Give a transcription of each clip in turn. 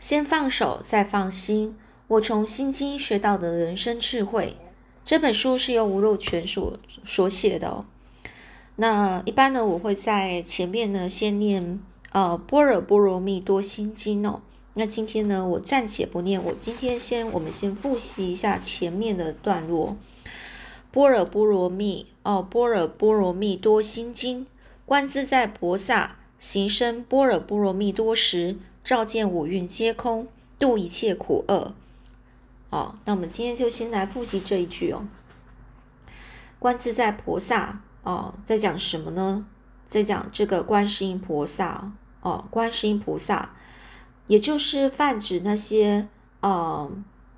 先放手，再放心。我从心经学到的人生智慧，这本书是由吴若权所写的哦。那一般呢，我会在前面呢先念般若波罗蜜多心经哦。那今天呢，我暂且不念，我们先复习一下前面的段落。般若波罗蜜多心经，观自在菩萨行深般若波罗蜜多时，照见五蕴皆空，度一切苦厄。那我们今天就先来复习这一句哦。观自在菩萨在讲什么呢？在讲这个观世音菩萨观世音菩萨，也就是泛指那些般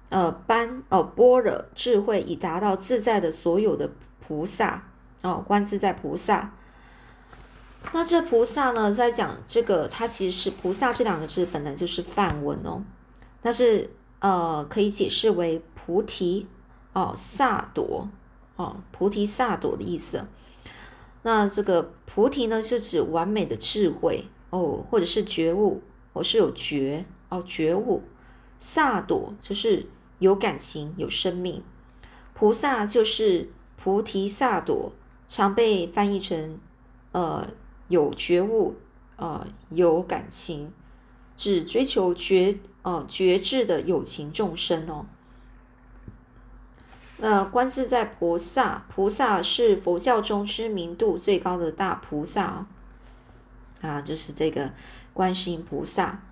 若智慧已达到自在的所有的菩萨观自在菩萨。那这菩萨呢，在讲这个，它其实是菩萨这两个字本来就是梵文哦，但是可以解释为菩提萨埵菩提萨埵的意思。那这个菩提呢，是指完美的智慧或者是觉悟是有觉悟。萨埵就是有感情有生命，菩萨就是菩提萨埵，常被翻译成有觉悟有感情，只追求觉智的有情众生哦。那观自在菩萨，菩萨是佛教中知名度最高的大菩萨就是这个观世音菩萨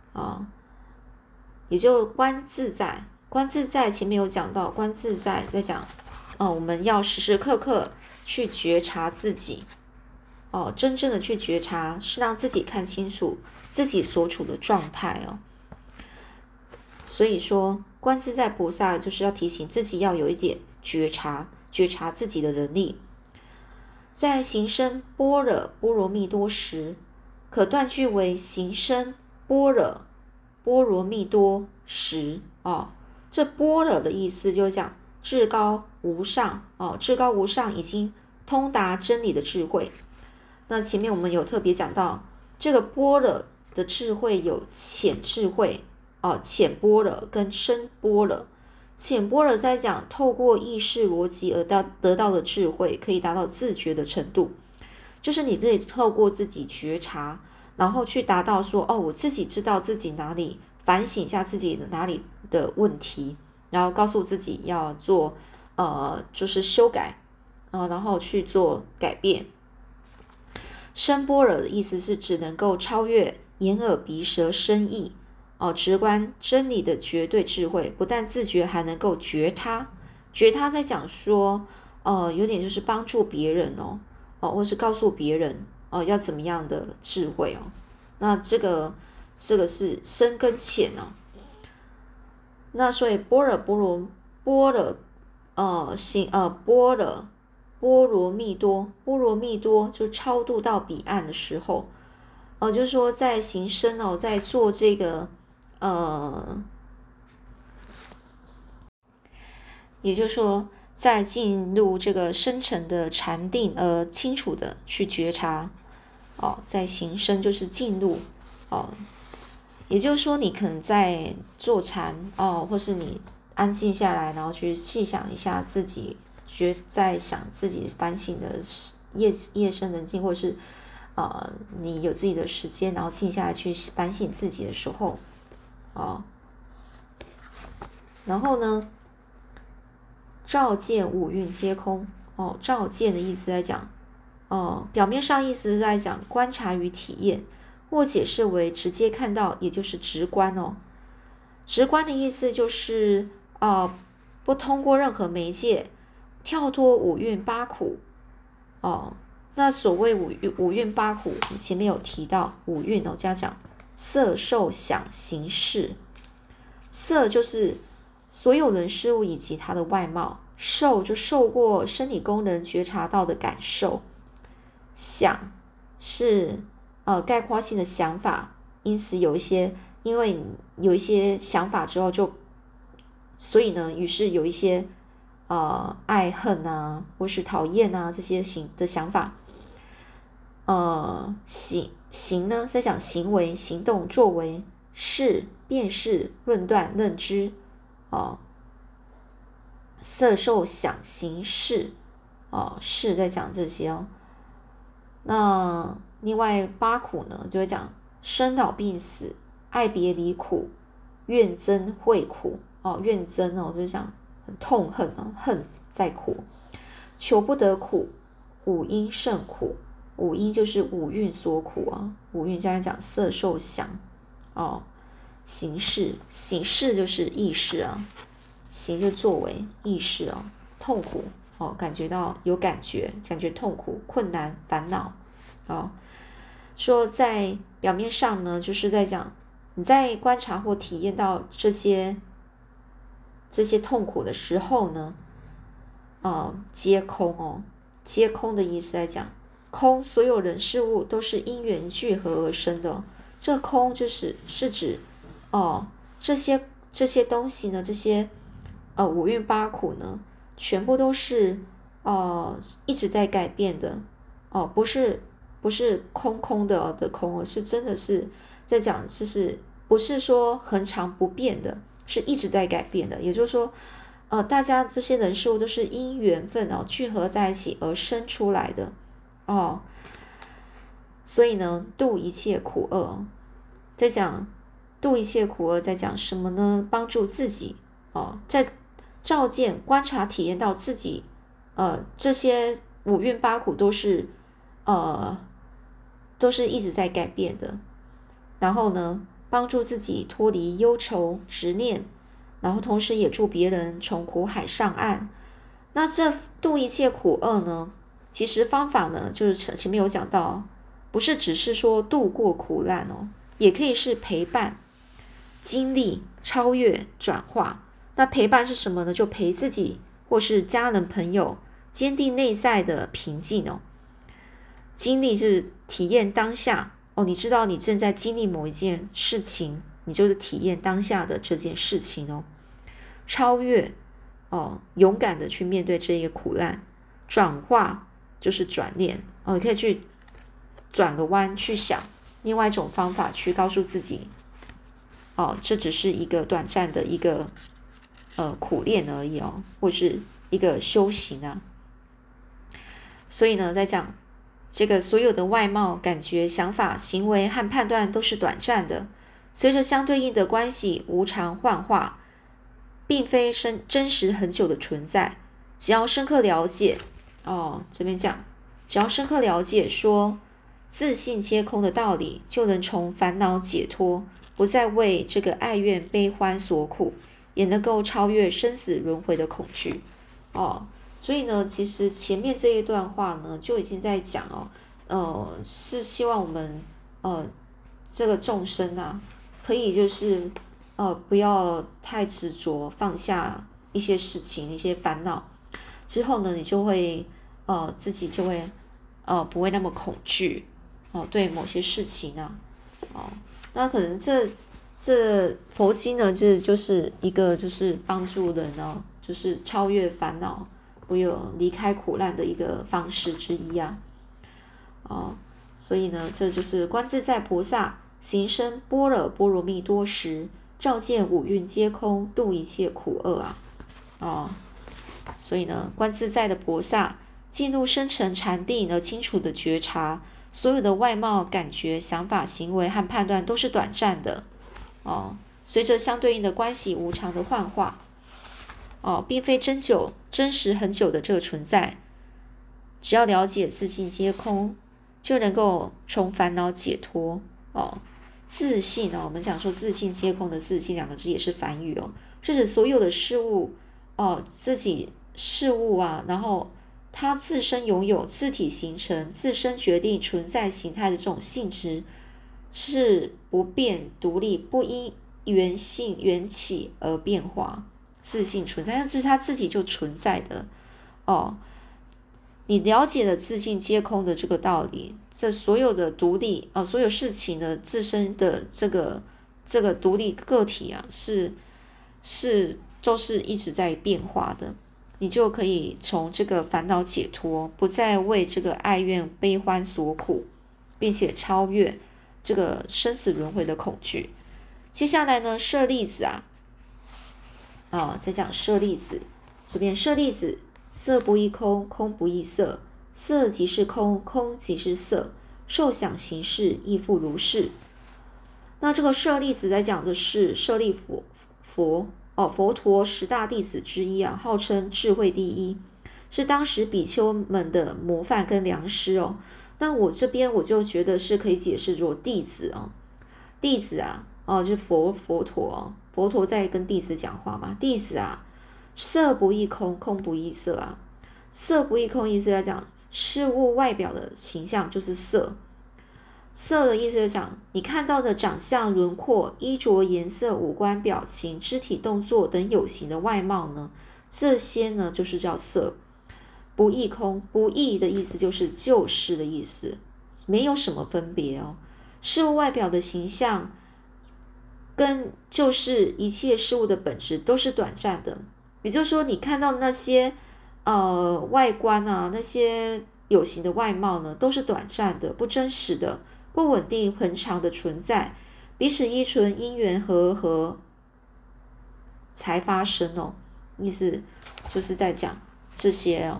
也就观自在。观自在前面有讲到，观自在在讲我们要时时刻刻去觉察自己真正的去觉察，是让自己看清楚自己所处的状态所以说观自在菩萨就是要提醒自己要有一点觉察自己的能力。在行深般若波罗蜜多时，可断句为行深般若波罗蜜多时这般若的意思就是讲至高无上至高无上已经通达真理的智慧。那前面我们有特别讲到，这个般若的智慧有浅智慧浅般若跟深般若。浅般若在讲透过意识逻辑而得到的智慧，可以达到自觉的程度，就是你可以透过自己觉察，然后去达到说我自己知道自己哪里，反省一下自己的哪里的问题，然后告诉自己要做就是修改然后去做改变。深般若的意思是指能够超越眼耳鼻舌身意直观真理的绝对智慧，不但自觉，还能够觉他。觉他在讲说有点就是帮助别人或是告诉别人要怎么样的智慧那这个是深跟浅那所以般若波罗蜜多就超度到彼岸的时候就是说在行深在做这个也就是说在进入这个深层的禅定清楚的去觉察在行深就是进入也就是说你可能在坐禅或是你安静下来，然后去细想一下自己在想自己反省的夜深人静，或是你有自己的时间，然后静下来去反省自己的时候然后呢照见五蕴皆空照见的意思在讲表面上意思是在讲观察与体验，或解释为直接看到，也就是直观直观的意思就是不通过任何媒介，跳脱五蕴八苦那所谓五蕴八苦，前面有提到五蕴这样讲：色受想行识。色就是所有人事物以及它的外貌，受就受过生理功能觉察到的感受，想是概括性的想法，因为有一些想法之后所以呢，于是有一些爱恨或是讨厌这些的想法。行呢在讲行为行动作为识辨识论断认知色受想行识识在讲这些那另外八苦呢，就会讲生老病死、爱别离苦、怨憎会苦怨憎就是讲很痛恨恨在苦，求不得苦，五阴甚苦，五阴就是五蕴所苦五蕴刚才讲色受想行识，行识就是意识行就作为意识痛苦感觉到有感觉痛苦困难烦恼说在表面上呢，就是在讲你在观察或体验到这些痛苦的时候呢皆空皆空的意思在讲空，所有人事物都是因缘聚合而生的这空是指这些东西呢，这些五蕴八苦呢，全部都是一直在改变的不是空空的空是真的是在讲，就是不是说恒常不变的，是一直在改变的。也就是说大家这些人事物都是因缘分聚合在一起而生出来的所以呢，度一切苦厄在讲度一切苦厄在讲什么呢？帮助自己在照见观察体验到自己这些五蕴八苦都是一直在改变的，然后呢帮助自己脱离忧愁执念，然后同时也助别人从苦海上岸。那这度一切苦厄呢，其实方法呢就是前面有讲到不是只是说度过苦难也可以是陪伴经历超越转化。那陪伴是什么呢？就陪自己或是家人朋友坚定内在的平静经历就是体验当下你知道你正在经历某一件事情，你就是体验当下的这件事情超越勇敢的去面对这一个苦难，转化就是转念你可以去转个弯去想另外一种方法去告诉自己这只是一个短暂的一个苦练而已或是一个修行所以呢在讲这个所有的外貌感觉想法行为和判断都是短暂的，随着相对应的关系无常幻化，并非真实很久的存在。只要深刻了解这边讲只要深刻了解说自性皆空的道理，就能从烦恼解脱，不再为这个爱怨悲欢所苦，也能够超越生死轮回的恐惧所以呢其实前面这一段话呢就已经在讲是希望我们这个众生可以就是不要太执着，放下一些事情一些烦恼之后呢，你就会自己就会不会那么恐惧对某些事情那可能这佛经呢就是一个就是帮助人就是超越烦恼会有离开苦难的一个方式之一所以呢这就是观自在菩萨行深般若波罗蜜多时，照见五蕴皆空，度一切苦厄所以呢观自在的菩萨进入深沉禅定而清楚的觉察所有的外貌感觉想法行为和判断都是短暂的随着相对应的关系无常的幻化并非真实很久的这个存在。只要了解自性皆空，就能够从烦恼解脱自性我们讲说自性皆空的自性两个字也是梵语是指所有的事物自己事物然后它自身拥有自体形成自身决定存在形态的这种性质，是不变独立，不因缘性缘起而变化，自性存在，但是它自己就存在的你了解了自性皆空的这个道理，这所有的独立所有事情的自身的这个独立个体都是一直在变化的，你就可以从这个烦恼解脱，不再为这个爱怨悲欢所苦，并且超越这个生死轮回的恐惧。 接下来呢，舍利子再讲舍利子，这边舍利子，色不异空，空不异色，色即是空，空即是色，受想行识亦复如是。那这个舍利子在讲的是舍利佛陀10大弟子之一号称智慧第一，是当时比丘们的模范跟良师那我这边我就觉得是可以解释作弟子弟子就是佛陀佛陀在跟弟子讲话嘛。弟子色不异空，空不异色色不异空意思来讲，事物外表的形象就是色。色的意思是讲，你看到的长相、轮廓、衣着、颜色、五官、表情、肢体动作等有形的外貌呢，这些呢就是叫色。不异空，不异的意思就是就是的意思，没有什么分别事物外表的形象跟就是一切事物的本质都是短暂的，也就是说，你看到那些外观那些有形的外貌呢，都是短暂的、不真实的、不稳定、恒长的存在，彼此依存因缘和才发生意思就是在讲这些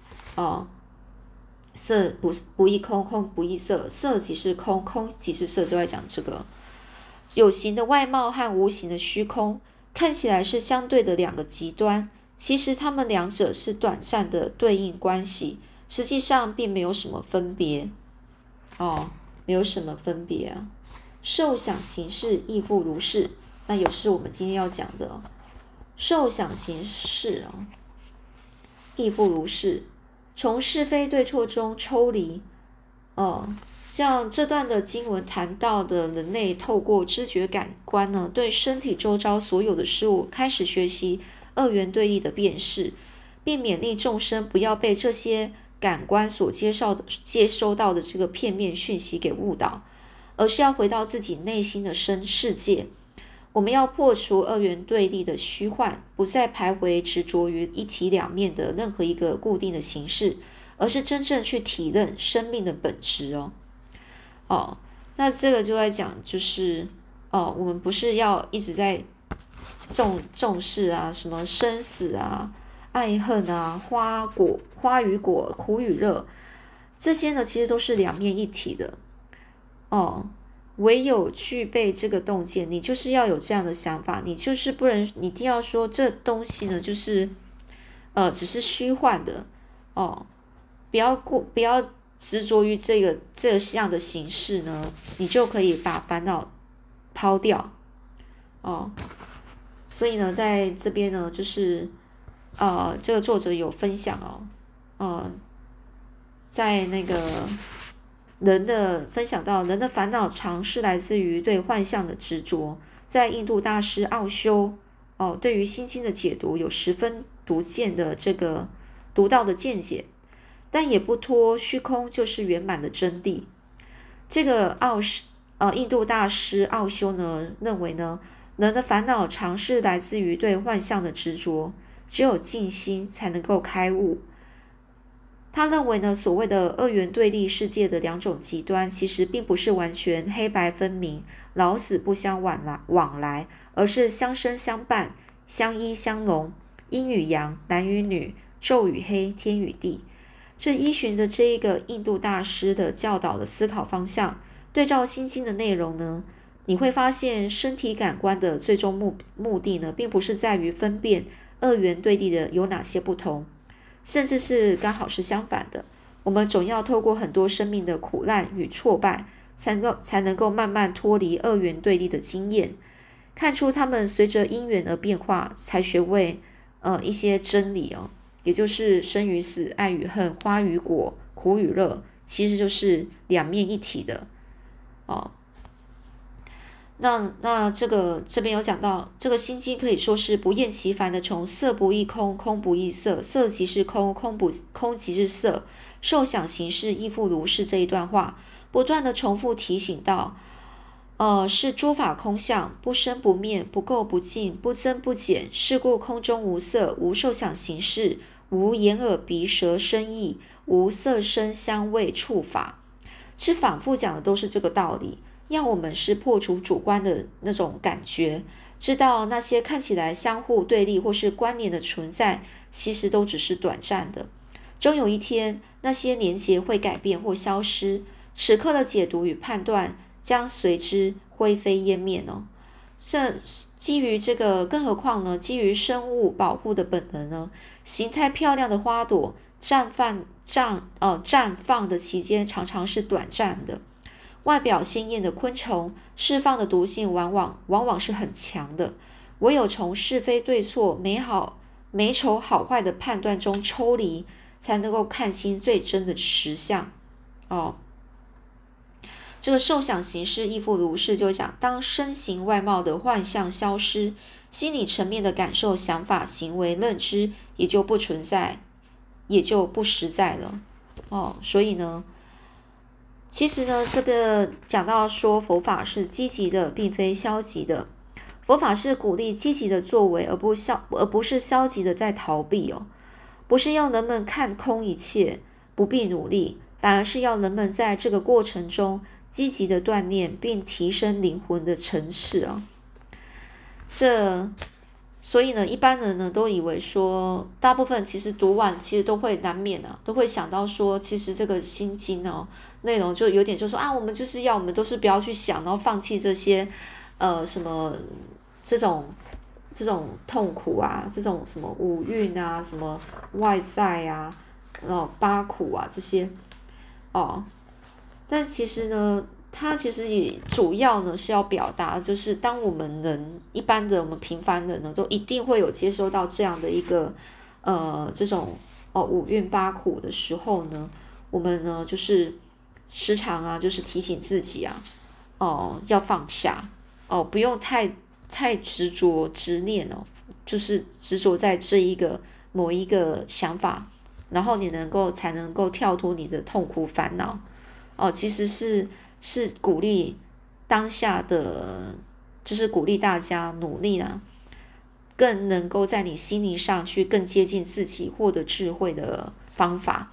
色不异空，空不异色，色即是空，空即是色，就在讲这个有形的外貌和无形的虚空，看起来是相对的两个极端，其实它们两者是短暂的对应关系，实际上并没有什么分别没有什么分别受想行识亦复如是，那也是我们今天要讲的受想行识亦复如是，从是非对错中抽离像这段的经文谈到的人类透过知觉感官呢，对身体周遭所有的事物开始学习二元对立的辨识，并勉励众生不要被这些感官所接收到的这个片面讯息给误导，而是要回到自己内心的深世界。我们要破除二元对立的虚幻，不再徘徊执着于一体两面的任何一个固定的形式，而是真正去体认生命的本质那这个就在讲，就是我们不是要一直在重视什么生死爱恨花与果，苦与乐，这些呢其实都是两面一体的唯有具备这个洞见，你就是要有这样的想法，你就是不能你一定要说这东西呢就是只是虚幻的不要执着于这样的形式呢，你就可以把烦恼抛掉所以呢在这边呢就是这个作者有分享在那个人的分享到人的烦恼常是来自于对幻象的执着，在印度大师奥修对于心经的解读有十分独到的见解，但也不脱虚空就是圆满的真谛。这个印度大师奥修呢认为呢，人的烦恼常是来自于对幻象的执着，只有静心才能够开悟。他认为呢，所谓的二元对立世界的两种极端，其实并不是完全黑白分明、老死不相往来，而是相生相伴、相依相融，阴与阳、男与女、昼与黑、天与地。这依循着这一个印度大师的教导的思考方向，对照心经的内容呢，你会发现身体感官的最终目的呢，并不是在于分辨二元对立的有哪些不同，甚至是刚好是相反的。我们总要透过很多生命的苦难与挫败，才能够慢慢脱离二元对立的经验，看出他们随着因缘而变化，才学会一些真理也就是生与死、爱与恨、花与果、苦与乐，其实就是两面一体的那这边有讲到，这个心经可以说是不厌其烦的从色不异空，空不异色，色即是空，空即是色，受想行识亦复如是这一段话，不断的重复提醒到是诸法空相，不生不灭，不垢不净，不增不减，是故空中无色，无受想行识，无眼耳鼻舌身意，无色声香味触法。是反复讲的都是这个道理， 要我们是破除主观的那种感觉，知道那些看起来相互对立或是关联的存在，其实都只是短暂的。终有一天，那些连结会改变或消失，此刻的解读与判断将随之灰飞烟灭哦。基于这个，更何况呢？基于生物保护的本能呢？形态漂亮的花朵绽放的期间常常是短暂的，外表鲜艳的昆虫释放的毒性往往是很强的。唯有从是非对错、美丑好坏的判断中抽离，才能够看清最真的实相哦。这个受想行识亦复如是，就讲当身形外貌的幻象消失，心理层面的感受、想法、行为、认知也就不存在，也就不实在了哦。所以呢，其实呢，这个讲到说佛法是积极的，并非消极的。佛法是鼓励积极的作为，而不是消极的在逃避哦。不是要人们看空一切，不必努力，反而是要人们在这个过程中积极的锻炼并提升灵魂的层次啊。所以呢，一般人呢都以为说，大部分其实读完其实都会难免都会想到说，其实这个心经内容就有点就说我们都是不要去想，然后放弃这些什么这种痛苦啊，这种什么五蕴啊，什么外在啊，然后八苦啊这些但其实呢，它其实也主要呢是要表达，就是当我们一般的我们平凡人呢，都一定会有接收到这样的一个这种五蕴八苦的时候呢，我们呢就是时常就是提醒自己要放下不用太执着执念就是执着在这一个某一个想法，然后你才能够跳脱你的痛苦烦恼其实是鼓励当下的，就是鼓励大家努力更能够在你心灵上去更接近自己，获得智慧的方法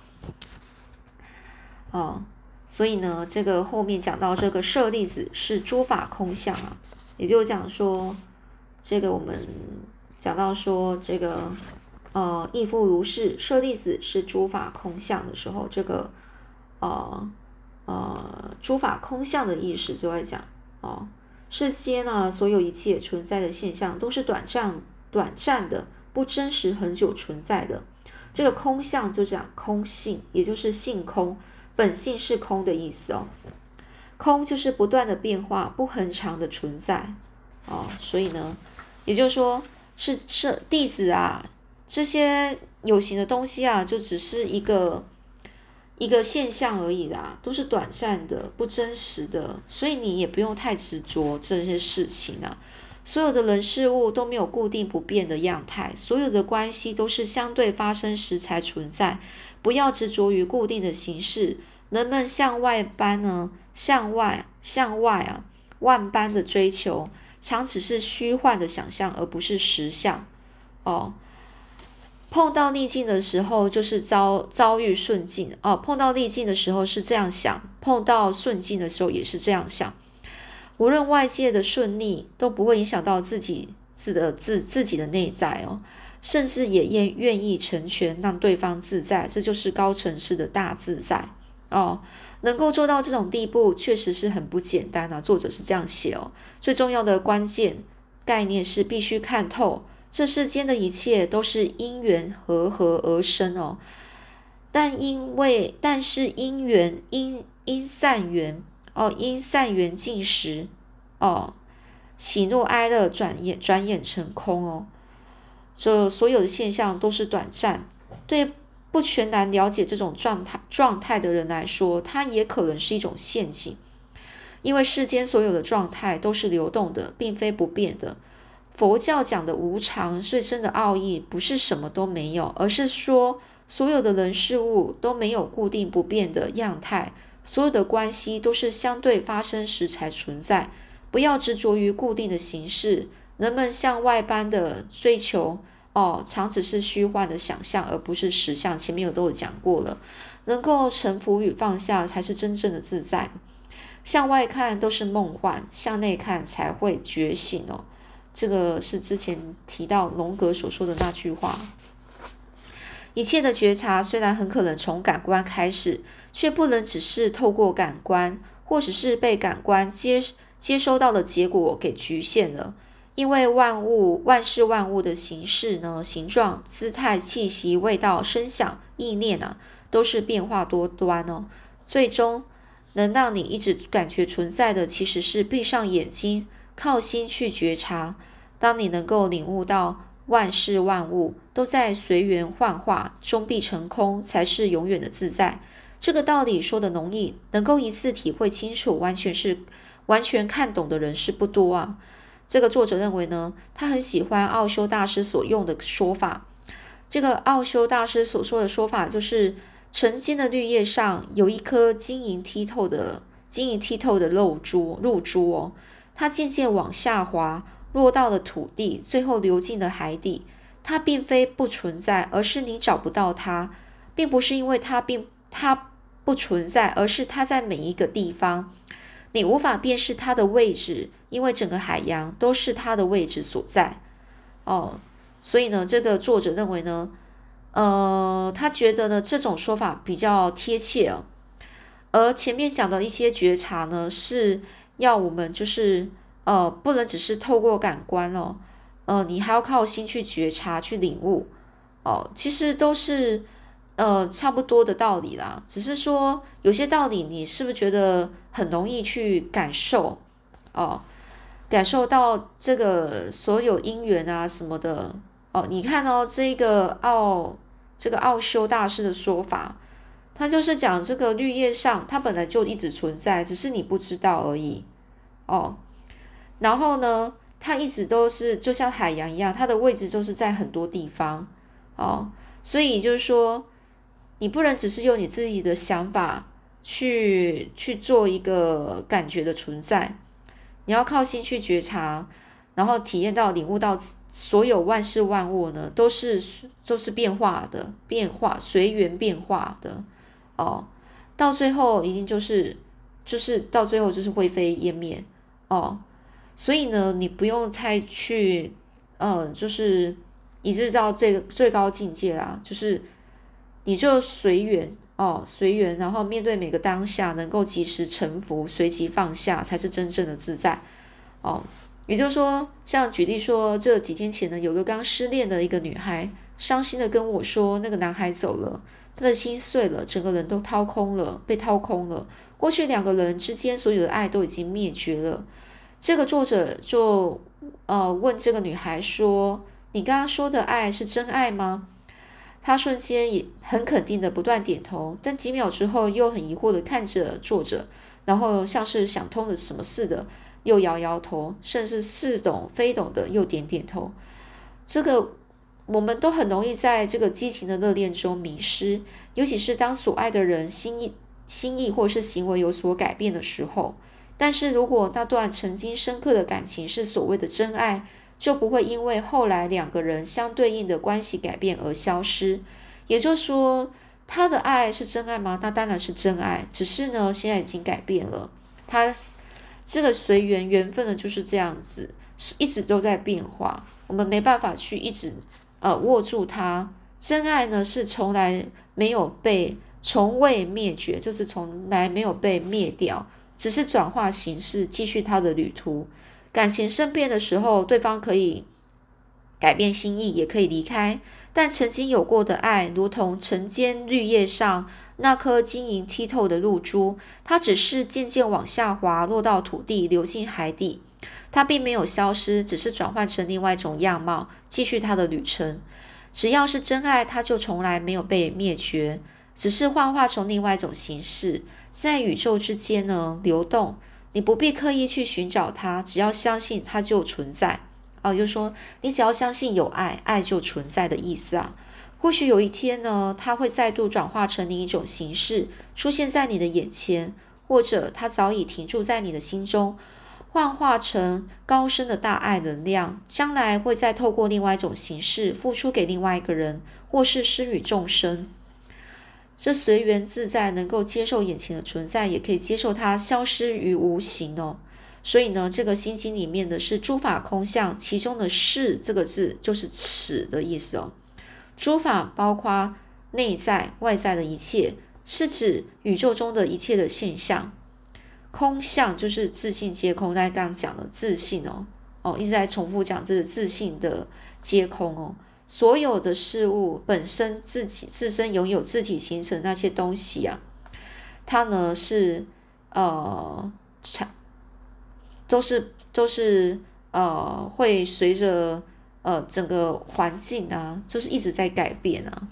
所以呢，这个后面讲到这个舍利子是诸法空相也就讲说，这个我们讲到说这个亦复如是，舍利子是诸法空相的时候，这个诸法空相的意识就会讲世间所有一切存在的现象都是短暂的，不真实恒久存在的。这个空相就讲空性，也就是性空，本性是空的意思空就是不断的变化，不恒常的存在所以呢，也就是说是弟子这些有形的东西就只是一个现象而已啦，都是短暂的，不真实的，所以你也不用太执着这些事情所有的人事物都没有固定不变的样态，所有的关系都是相对发生时才存在，不要执着于固定的形式。人们向外万般的追求，常只是虚幻的想象，而不是实相碰到逆境的时候就是遭遇顺境碰到逆境的时候是这样想，碰到顺境的时候也是这样想。无论外界的顺利都不会影响到自己的内在甚至也愿意成全，让对方自在，这就是高层次的大自在能够做到这种地步确实是很不简单作者是这样写最重要的关键概念是必须看透这世间的一切都是因缘和合而生但是因善缘尽时喜怒哀乐转眼成空所有的现象都是短暂。对不全然了解这种状态的人来说，它也可能是一种陷阱，因为世间所有的状态都是流动的，并非不变的。佛教讲的无常最深的奥义不是什么都没有，而是说所有的人事物都没有固定不变的样态，所有的关系都是相对发生时才存在。不要执着于固定的形式，人们向外般的追求常只是虚幻的想象，而不是实相。前面都有讲过了，能够臣服与放下才是真正的自在。 向外看都是梦幻，向内看才会觉醒哦。这个是之前提到荣格所说的那句话。一切的觉察虽然很可能从感官开始，却不能只是透过感官，或者是被感官接收到的结果给局限了。因为万事万物的形式呢、形状、姿态、气息、味道、声响、意念啊，都是变化多端哦。最终能让你一直感觉存在的，其实是闭上眼睛，靠心去觉察。当你能够领悟到万事万物都在随缘幻化，终必成空，才是永远的自在。这个道理说的容易，能够一次体会清楚，完全看懂的人是不多啊。这个作者认为呢，他很喜欢奥修大师所用的说法。这个奥修大师所说的说法就是，晨间的绿叶上有一颗晶莹剔透的露珠哦，它渐渐往下滑，落到了土地，最后流进了海底。它并非不存在，而是你找不到它，并不是因为它不存在，而是它在每一个地方。你无法辨识它的位置，因为整个海洋都是它的位置所在。所以呢，这个作者认为呢，他觉得呢这种说法比较贴切哦。而前面讲的一些觉察呢，是要我们就是不能只是透过感官哦，你还要靠心去觉察、去领悟哦。其实都是差不多的道理啦，只是说有些道理你是不是觉得很容易去感受哦，感受到这个所有因缘啊什么的哦。你看哦，这个奥修大师的说法，他就是讲这个绿叶上它本来就一直存在，只是你不知道而已哦。然后呢，它一直都是就像海洋一样，它的位置就是在很多地方哦。所以就是说，你不能只是用你自己的想法去做一个感觉的存在，你要靠心去觉察，然后体验到、领悟到所有万事万物呢，都是变化的，随缘变化的哦。到最后一定就是到最后就是灰飞烟灭哦。所以呢，你不用太去就是一直到最高境界啦，就是你就随缘哦，随缘，然后面对每个当下，能够及时臣服，随即放下，才是真正的自在哦。也就是说，像举例说，这几天前呢，有个刚失恋的一个女孩，伤心的跟我说，那个男孩走了，她的心碎了，整个人都被掏空了。过去两个人之间所有的爱都已经灭绝了。这个作者就问这个女孩说：“你刚刚说的爱是真爱吗？”她瞬间也很肯定的不断点头，但几秒之后又很疑惑的看着作者，然后像是想通了什么似的，又摇摇头，甚至似懂非懂的又点点头。这个我们都很容易在这个激情的热恋中迷失，尤其是当所爱的人心意或是行为有所改变的时候。但是如果那段曾经深刻的感情是所谓的真爱，就不会因为后来两个人相对应的关系改变而消失。也就是说，他的爱是真爱吗？那当然是真爱，只是呢，现在已经改变了。他这个随缘分呢就是这样子，一直都在变化，我们没办法去一直握住它。真爱呢是从未灭绝，就是从来没有被灭掉，只是转化形式，继续他的旅途。感情生变的时候，对方可以改变心意，也可以离开，但曾经有过的爱，如同晨间绿叶上那颗晶莹剔透的露珠，它只是渐渐往下滑，落到土地，流进海底。它并没有消失，只是转换成另外一种样貌，继续它的旅程。只要是真爱，它就从来没有被灭绝，只是幻化成另外一种形式，在宇宙之间呢流动。你不必刻意去寻找它，只要相信它就存在。就是说，你只要相信有爱，爱就存在的意思啊。或许有一天呢，它会再度转化成另一种形式，出现在你的眼前，或者它早已停驻在你的心中，幻化成高深的大爱能量，将来会再透过另外一种形式付出给另外一个人，或是施予众生。 这随缘自在，能够接受眼前的存在，也可以接受它消失于无形哦。所以呢，这个心经里面的是诸法空相，其中的是这个字就是此的意思哦。诸法包括内在外在的一切，是指宇宙中的一切的现象。空相就是自性皆空，大家刚刚讲的自性一直在重复讲这是自性的皆空哦。所有的事物本身自身拥有自体形成那些东西啊，它呢是都是会随着整个环境啊，就是一直在改变啊。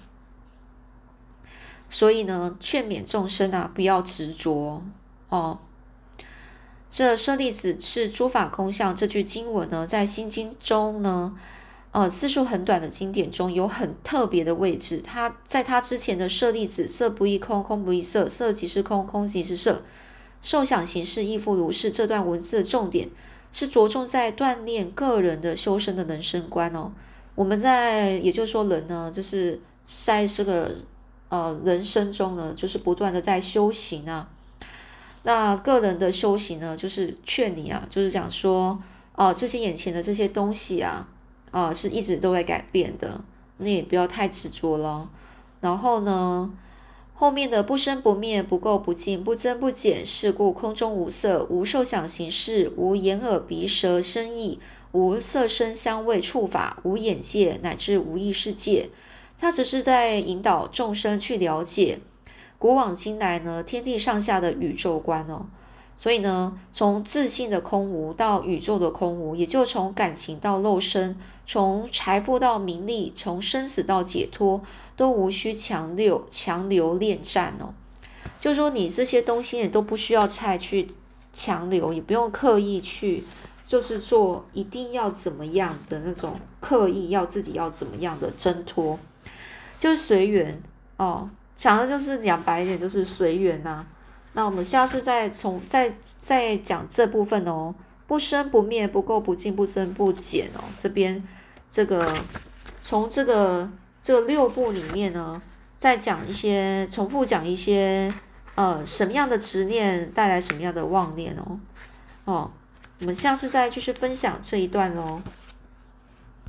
所以呢，劝勉众生啊，不要执着哦。这舍利子是诸法空相这句经文呢，在心经中呢，字数很短的经典中有很特别的位置。它在它之前的舍利子，色不异空，空不异色，色即是空，空即是色，受想行识亦复如是。这段文字的重点是着重在锻炼个人的修身的人生观哦。我们也就是说人呢，就是在这个人生中呢，就是不断的在修行啊。那个人的修行呢，就是劝你啊，就是讲说，这些眼前的这些东西啊，是一直都在改变的，你也不要太执着了。然后呢，后面的不生不灭，不垢不净，不增不减，是故空中无色，无受想行识，无眼耳鼻舌身意，无色声香味触法，无眼界，乃至无意识界。它只是在引导众生去了解古往今来呢，天地上下的宇宙观哦。所以呢，从自性的空无到宇宙的空无，也就从感情到肉身，从财富到名利，从生死到解脱，都无需强留恋战哦。就是说，你这些东西你都不需要再去强留，也不用刻意去，就是做一定要怎么样的那种刻意要自己要怎么样的挣脱，就是随缘哦。讲的就是讲白一点，就是随缘呐。那我们下次再讲这部分哦，不生不灭，不垢不净，不增不减哦。这边从这个6部里面呢，再讲一些，重复讲一些什么样的执念带来什么样的妄念哦。我们下次再继续分享这一段咯。